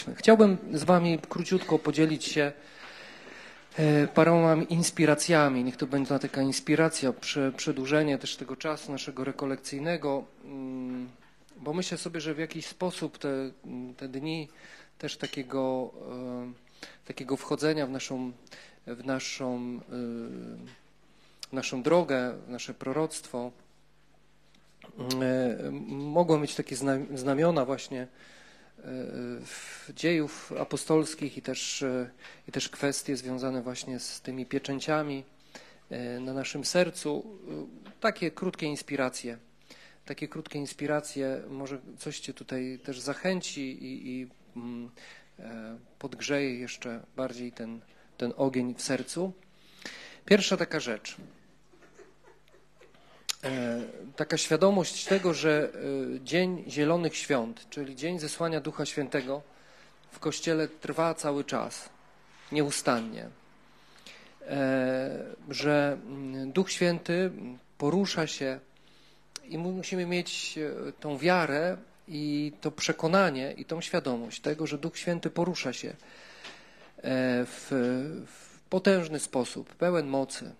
Chciałbym z wami króciutko podzielić się paroma inspiracjami. Niech to będzie taka inspiracja, przedłużenie też tego czasu naszego rekolekcyjnego, bo myślę sobie, że w jakiś sposób te dni też takiego wchodzenia w naszą drogę, w nasze proroctwo mogą mieć takie znamiona właśnie dziejów apostolskich i też kwestie związane właśnie z tymi pieczęciami na naszym sercu. Takie krótkie inspiracje, może coś cię tutaj też zachęci i podgrzeje jeszcze bardziej ten ogień w sercu. Pierwsza taka rzecz. Taka świadomość tego, że Dzień Zielonych Świąt, czyli Dzień Zesłania Ducha Świętego w Kościele trwa cały czas, nieustannie. Że Duch Święty porusza się i musimy mieć tą wiarę i to przekonanie i tą świadomość tego, że Duch Święty porusza się w potężny sposób, pełen mocy.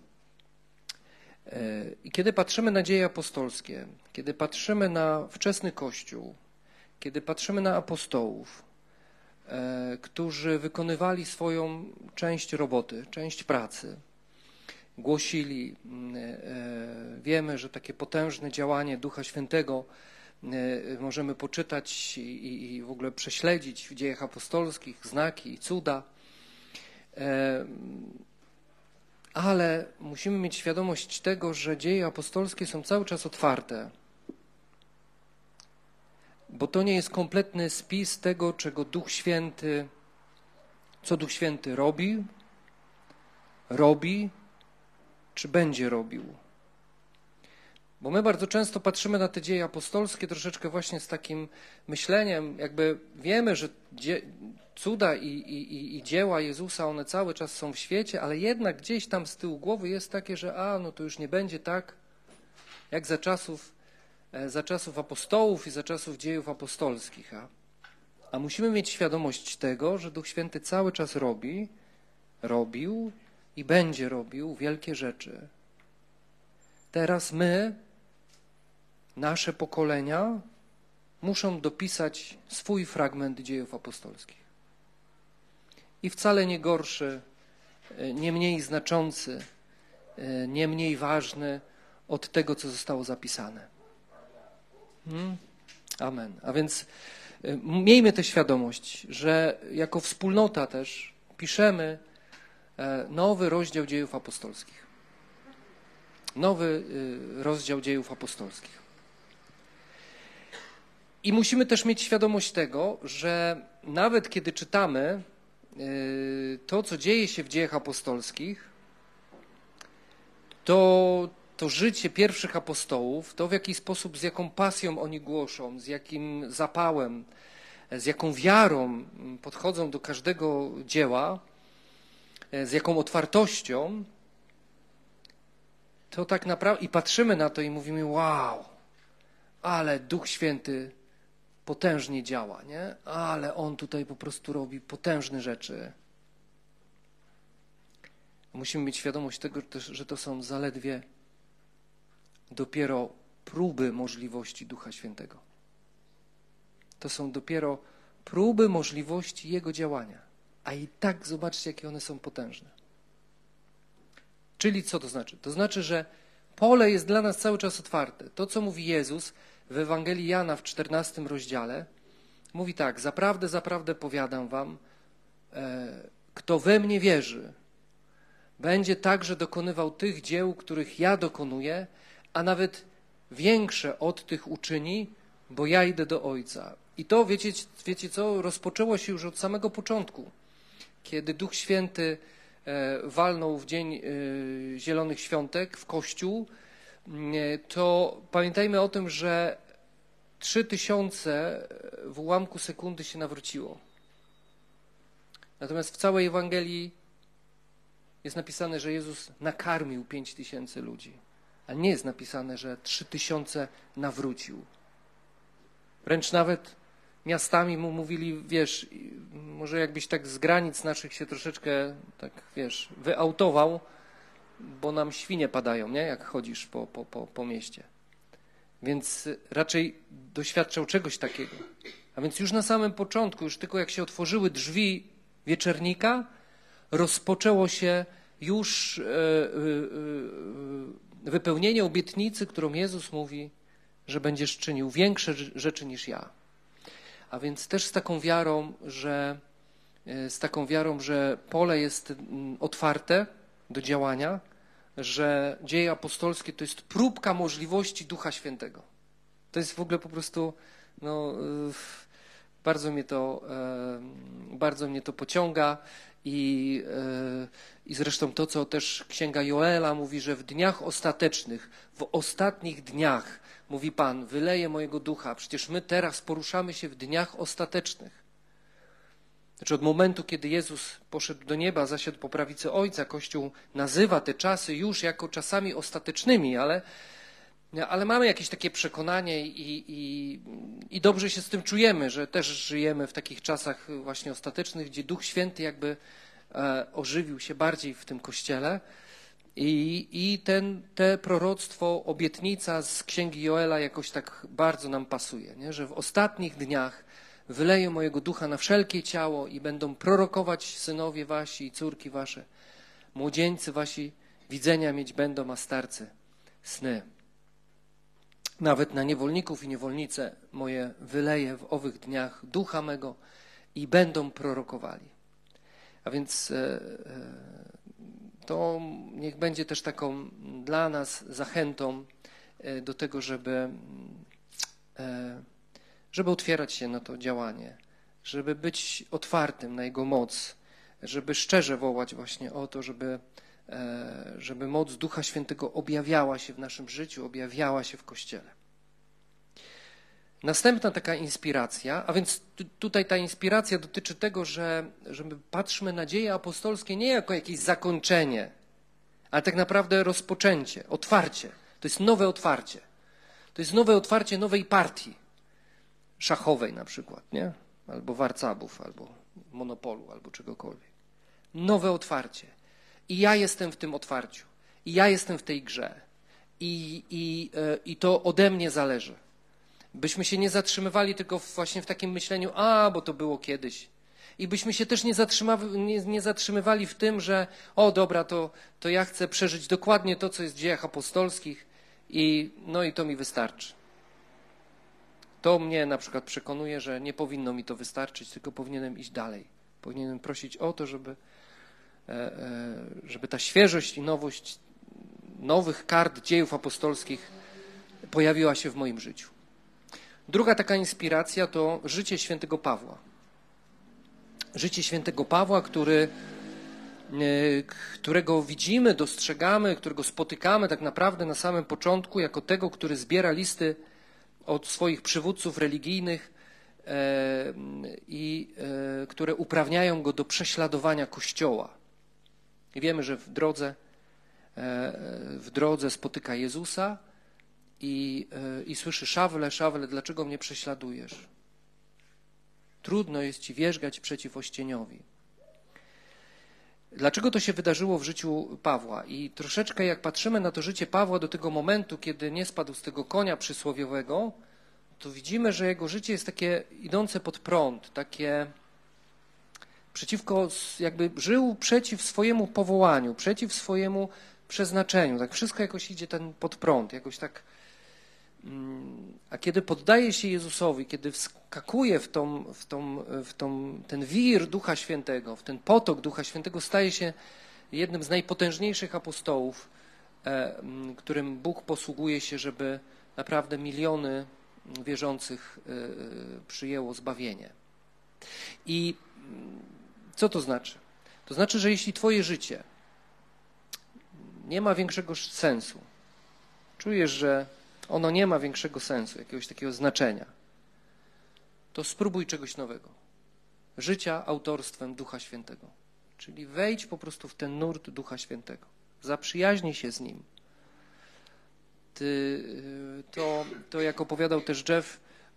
I kiedy patrzymy na dzieje apostolskie, kiedy patrzymy na wczesny Kościół, kiedy patrzymy na apostołów, którzy wykonywali swoją część roboty, część pracy, głosili, wiemy, że takie potężne działanie Ducha Świętego możemy poczytać i w ogóle prześledzić w dziejach apostolskich, znaki i cuda. Ale musimy mieć świadomość tego, że dzieje apostolskie są cały czas otwarte, bo to nie jest kompletny spis tego, co Duch Święty robi, czy będzie robił. Bo my bardzo często patrzymy na te dzieje apostolskie troszeczkę właśnie z takim myśleniem, jakby wiemy, że cuda i dzieła Jezusa, one cały czas są w świecie, ale jednak gdzieś tam z tyłu głowy jest takie, że no to już nie będzie tak, jak za czasów apostołów i za czasów dziejów apostolskich. A musimy mieć świadomość tego, że Duch Święty cały czas robił i będzie robił wielkie rzeczy. Teraz nasze pokolenia muszą dopisać swój fragment dziejów apostolskich. I wcale nie gorszy, nie mniej znaczący, nie mniej ważny od tego, co zostało zapisane. Amen. A więc miejmy tę świadomość, że jako wspólnota też piszemy nowy rozdział dziejów apostolskich. Nowy rozdział dziejów apostolskich. I musimy też mieć świadomość tego, że nawet kiedy czytamy to, co dzieje się w dziejach apostolskich, to życie pierwszych apostołów, to w jaki sposób, z jaką pasją oni głoszą, z jakim zapałem, z jaką wiarą podchodzą do każdego dzieła, z jaką otwartością, to tak naprawdę i patrzymy na to i mówimy, wow, ale Duch Święty potężnie działa, nie? Ale On tutaj po prostu robi potężne rzeczy. Musimy mieć świadomość tego, że to są zaledwie dopiero próby możliwości Ducha Świętego. To są dopiero próby możliwości Jego działania. A i tak zobaczcie, jakie one są potężne. Czyli co to znaczy? To znaczy, że pole jest dla nas cały czas otwarte. To, co mówi Jezus w Ewangelii Jana w 14 rozdziale, mówi tak, zaprawdę, zaprawdę powiadam wam, kto we mnie wierzy, będzie także dokonywał tych dzieł, których ja dokonuję, a nawet większe od tych uczyni, bo ja idę do Ojca. I to, wiecie co, rozpoczęło się już od samego początku, kiedy Duch Święty walnął w Dzień Zielonych Świątek w Kościół, to pamiętajmy o tym, że 3000 w ułamku sekundy się nawróciło. Natomiast w całej Ewangelii jest napisane, że Jezus nakarmił 5000 ludzi, a nie jest napisane, że 3000 nawrócił. Wręcz nawet miastami mu mówili, wiesz, może jakbyś tak z granic naszych się troszeczkę, tak wiesz, wyautował, bo nam świnie padają, nie? Jak chodzisz po mieście. Więc raczej doświadczał czegoś takiego. A więc już na samym początku, już tylko jak się otworzyły drzwi wieczernika, rozpoczęło się już wypełnienie obietnicy, którą Jezus mówi, że będziesz czynił większe rzeczy niż ja. A więc też z taką wiarą, że pole jest otwarte do działania, że dzieje apostolskie to jest próbka możliwości Ducha Świętego. To jest w ogóle po prostu, no, bardzo mnie to pociąga i zresztą to, co też Księga Joela mówi, że w dniach ostatecznych, w ostatnich dniach, mówi Pan, wyleję mojego ducha. Przecież my teraz poruszamy się w dniach ostatecznych. Znaczy od momentu, kiedy Jezus poszedł do nieba, zasiadł po prawicy Ojca, Kościół nazywa te czasy już jako czasami ostatecznymi, ale mamy jakieś takie przekonanie i dobrze się z tym czujemy, że też żyjemy w takich czasach właśnie ostatecznych, gdzie Duch Święty jakby ożywił się bardziej w tym Kościele i te proroctwo, obietnica z Księgi Joela jakoś tak bardzo nam pasuje, nie? Że w ostatnich dniach wyleję mojego ducha na wszelkie ciało i będą prorokować synowie wasi i córki wasze. Młodzieńcy wasi widzenia mieć będą, a starcy sny. Nawet na niewolników i niewolnice moje wyleję w owych dniach ducha mego i będą prorokowali. A więc to niech będzie też taką dla nas zachętą do tego, żeby otwierać się na to działanie, żeby być otwartym na Jego moc, żeby szczerze wołać właśnie o to, żeby moc Ducha Świętego objawiała się w naszym życiu, objawiała się w Kościele. Następna taka inspiracja, a więc tutaj ta inspiracja dotyczy tego, że my patrzmy na dzieje apostolskie nie jako jakieś zakończenie, ale tak naprawdę rozpoczęcie, otwarcie. To jest nowe otwarcie. To jest nowe otwarcie nowej partii szachowej na przykład, nie? Albo warcabów, albo monopolu, albo czegokolwiek. Nowe otwarcie. I ja jestem w tym otwarciu. I ja jestem w tej grze. I to ode mnie zależy. Byśmy się nie zatrzymywali tylko właśnie w takim myśleniu, bo to było kiedyś. I byśmy się też nie zatrzymywali w tym, że dobra, to ja chcę przeżyć dokładnie to, co jest w dziejach apostolskich i to mi wystarczy. To mnie na przykład przekonuje, że nie powinno mi to wystarczyć, tylko powinienem iść dalej. Powinienem prosić o to, żeby ta świeżość i nowość nowych kart dziejów apostolskich pojawiła się w moim życiu. Druga taka inspiracja to życie świętego Pawła. Życie świętego Pawła, którego widzimy, dostrzegamy, którego spotykamy tak naprawdę na samym początku jako tego, który zbiera listy od swoich przywódców religijnych i które uprawniają go do prześladowania Kościoła. I wiemy, że w drodze spotyka Jezusa i słyszy: Szawle, Szawle, dlaczego mnie prześladujesz? Trudno jest ci wierzgać przeciw ościeniowi. Dlaczego to się wydarzyło w życiu Pawła? I troszeczkę jak patrzymy na to życie Pawła do tego momentu, kiedy nie spadł z tego konia przysłowiowego, to widzimy, że jego życie jest takie idące pod prąd, takie jakby żył przeciw swojemu powołaniu, przeciw swojemu przeznaczeniu. Tak wszystko jakoś idzie pod prąd, jakoś tak. A kiedy poddaje się Jezusowi, kiedy wskakuje w ten wir Ducha Świętego, w ten potok Ducha Świętego, staje się jednym z najpotężniejszych apostołów, którym Bóg posługuje się, żeby naprawdę miliony wierzących przyjęło zbawienie. I co to znaczy? To znaczy, że jeśli twoje życie nie ma większego sensu, czujesz, że ono nie ma większego sensu, jakiegoś takiego znaczenia, to spróbuj czegoś nowego. Życia autorstwem Ducha Świętego. Czyli wejdź po prostu w ten nurt Ducha Świętego. Zaprzyjaźnij się z Nim. To jak opowiadał też Jeff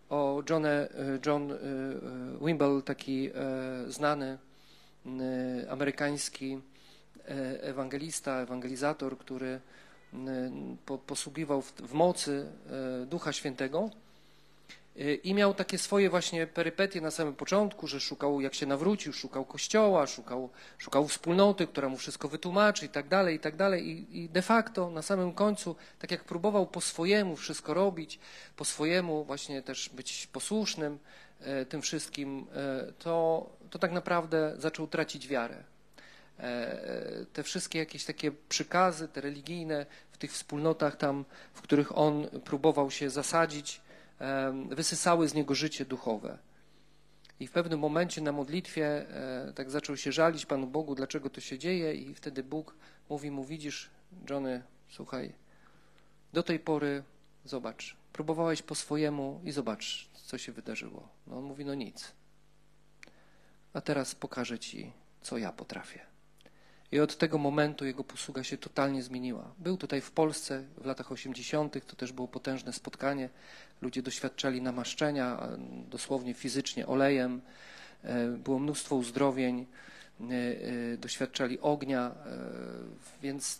John Wimble, taki znany amerykański ewangelizator, który posługiwał w mocy Ducha Świętego i miał takie swoje właśnie perypetie na samym początku, że szukał, jak się nawrócił, szukał kościoła, szukał wspólnoty, która mu wszystko wytłumaczy i tak dalej, i tak dalej. I de facto na samym końcu, tak jak próbował po swojemu wszystko robić, po swojemu właśnie też być posłusznym tym wszystkim, to tak naprawdę zaczął tracić wiarę. Te wszystkie jakieś takie przykazy, te religijne w tych wspólnotach tam, w których on próbował się zasadzić, wysysały z niego życie duchowe. I w pewnym momencie na modlitwie tak zaczął się żalić Panu Bogu, dlaczego to się dzieje, i wtedy Bóg mówi mu: widzisz, Johnny, słuchaj, do tej pory, zobacz, próbowałeś po swojemu i zobacz, co się wydarzyło. No on mówi: no nic. A teraz pokażę ci, co ja potrafię. I od tego momentu jego posługa się totalnie zmieniła. Był tutaj w Polsce w latach 80., to też było potężne spotkanie. Ludzie doświadczali namaszczenia, dosłownie fizycznie olejem. Było mnóstwo uzdrowień, doświadczali ognia, więc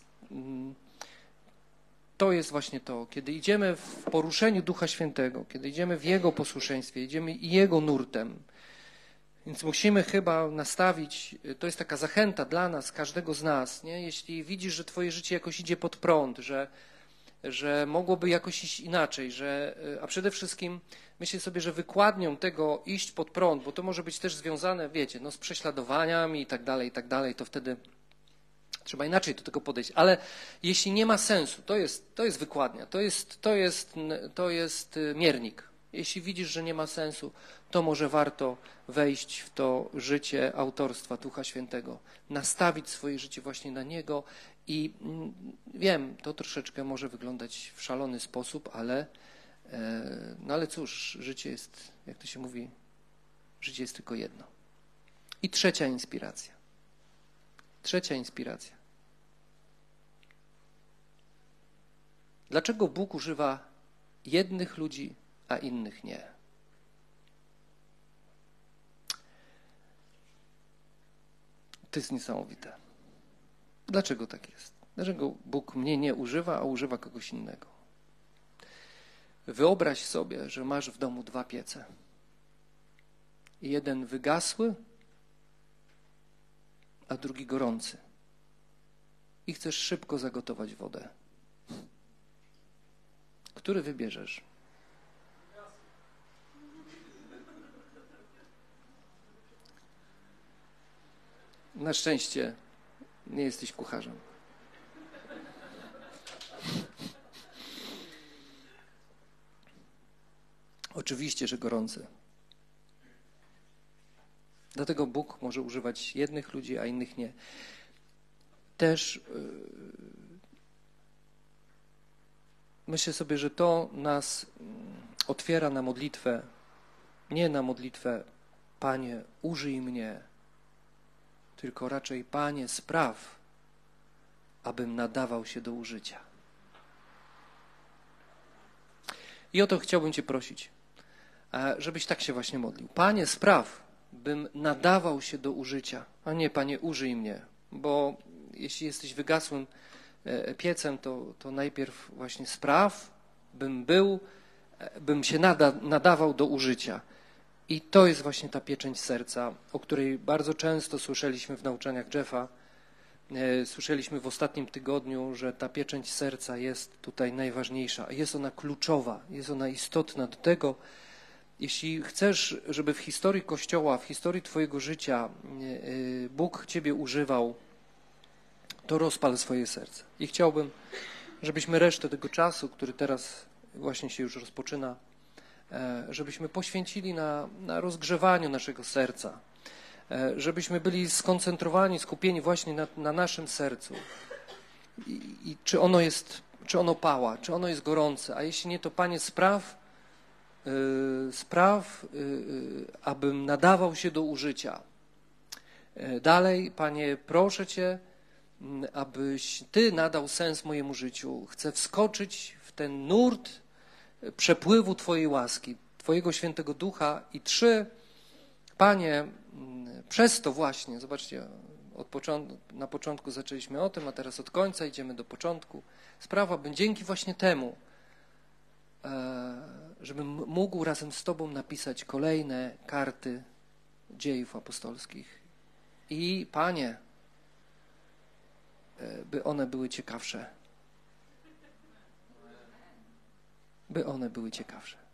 to jest właśnie to. Kiedy idziemy w poruszeniu Ducha Świętego, kiedy idziemy w Jego posłuszeństwie, idziemy i Jego nurtem, więc musimy chyba nastawić, to jest taka zachęta dla nas, każdego z nas, nie? Jeśli widzisz, że twoje życie jakoś idzie pod prąd, że mogłoby jakoś iść inaczej, a przede wszystkim myślę sobie, że wykładnią tego iść pod prąd, bo to może być też związane, wiecie, no, z prześladowaniami i tak dalej, to wtedy trzeba inaczej do tego podejść. Ale jeśli nie ma sensu, to jest wykładnia, to jest miernik. Jeśli widzisz, że nie ma sensu, to może warto wejść w to życie autorstwa Ducha Świętego, nastawić swoje życie właśnie na Niego i wiem, to troszeczkę może wyglądać w szalony sposób, ale cóż, życie jest, jak to się mówi, życie jest tylko jedno. I trzecia inspiracja. Dlaczego Bóg używa jednych ludzi, a innych nie? To jest niesamowite. Dlaczego tak jest? Dlaczego Bóg mnie nie używa, a używa kogoś innego? Wyobraź sobie, że masz w domu 2 piece. Jeden wygasły, a drugi gorący. I chcesz szybko zagotować wodę. Który wybierzesz? Na szczęście nie jesteś kucharzem. Oczywiście, że gorący. Dlatego Bóg może używać jednych ludzi, a innych nie. Też myślę sobie, że to nas otwiera na modlitwę, nie na modlitwę: Panie, użyj mnie, tylko raczej: Panie, spraw, abym nadawał się do użycia. I o to chciałbym Cię prosić, żebyś tak się właśnie modlił. Panie, spraw, bym nadawał się do użycia, a nie: Panie, użyj mnie. Bo jeśli jesteś wygasłym piecem, to najpierw właśnie spraw, bym się nadawał do użycia. I to jest właśnie ta pieczęć serca, o której bardzo często słyszeliśmy w nauczaniach Jeffa. Słyszeliśmy w ostatnim tygodniu, że ta pieczęć serca jest tutaj najważniejsza. Jest ona kluczowa, jest ona istotna do tego. Jeśli chcesz, żeby w historii Kościoła, w historii twojego życia Bóg ciebie używał, to rozpal swoje serce. I chciałbym, żebyśmy resztę tego czasu, który teraz właśnie się już rozpoczyna, żebyśmy poświęcili na rozgrzewaniu naszego serca, żebyśmy byli skoncentrowani, skupieni właśnie na naszym sercu. I czy ono pała, czy ono jest gorące, a jeśli nie, to Panie, spraw, abym nadawał się do użycia. Dalej, Panie, proszę Cię, abyś Ty nadał sens mojemu życiu. Chcę wskoczyć w ten nurt przepływu Twojej łaski, Twojego Świętego Ducha. I 3, Panie, przez to właśnie, zobaczcie, na początku zaczęliśmy o tym, a teraz od końca idziemy do początku. Sprawa, bym dzięki właśnie temu, żebym mógł razem z Tobą napisać kolejne karty dziejów apostolskich. I Panie, by one były ciekawsze. By one były ciekawsze.